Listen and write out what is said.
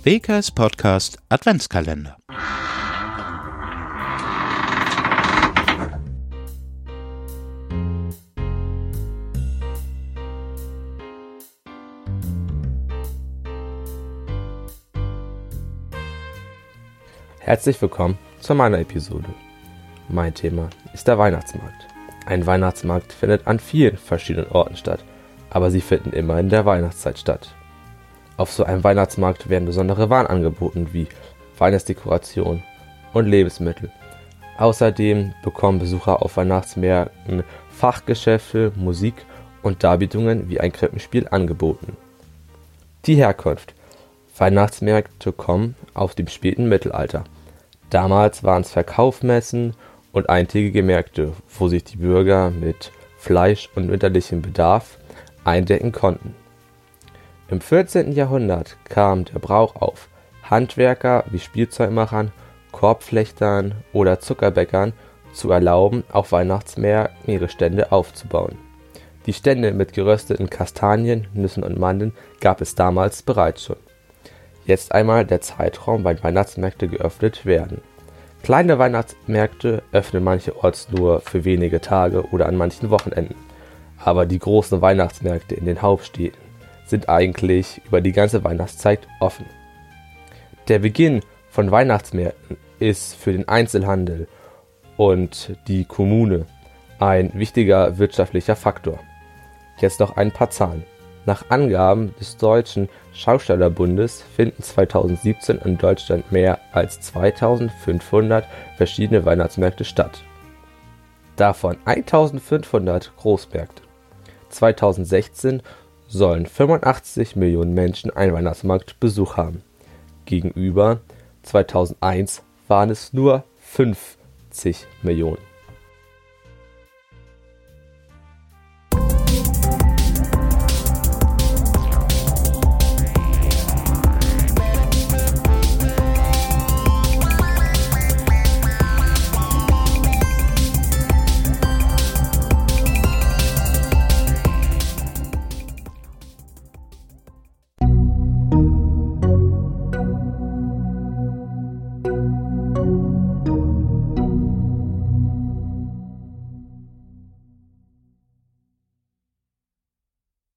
WKS Podcast Adventskalender. Herzlich willkommen zu meiner Episode. Mein Thema ist der Weihnachtsmarkt. Ein Weihnachtsmarkt findet an vielen verschiedenen Orten statt, aber sie finden immer in der Weihnachtszeit statt. Auf so einem Weihnachtsmarkt werden besondere Waren angeboten wie Weihnachtsdekoration und Lebensmittel. Außerdem bekommen Besucher auf Weihnachtsmärkten Fachgeschäfte, Musik und Darbietungen wie ein Krippenspiel angeboten. Die Herkunft: Weihnachtsmärkte kommen aus dem späten Mittelalter. Damals waren es Verkaufsmessen und eintägige Märkte, wo sich die Bürger mit Fleisch und winterlichem Bedarf eindecken konnten. Im 14. Jahrhundert kam der Brauch auf, Handwerker wie Spielzeugmachern, Korbflechtern oder Zuckerbäckern zu erlauben, auf Weihnachtsmärkten ihre Stände aufzubauen. Die Stände mit gerösteten Kastanien, Nüssen und Mandeln gab es damals bereits schon. Jetzt einmal der Zeitraum, wann Weihnachtsmärkte geöffnet werden. Kleine Weihnachtsmärkte öffnen mancherorts nur für wenige Tage oder an manchen Wochenenden. Aber die großen Weihnachtsmärkte in den Hauptstädten sind eigentlich über die ganze Weihnachtszeit offen. Der Beginn von Weihnachtsmärkten ist für den Einzelhandel und die Kommune ein wichtiger wirtschaftlicher Faktor. Jetzt noch ein paar Zahlen. Nach Angaben des Deutschen Schaustellerbundes finden 2017 in Deutschland mehr als 2500 verschiedene Weihnachtsmärkte statt. Davon 1500 Großmärkte. 2016 sollen 85 Millionen Menschen einen Weihnachtsmarktbesuch haben. Gegenüber 2001 waren es nur 50 Millionen.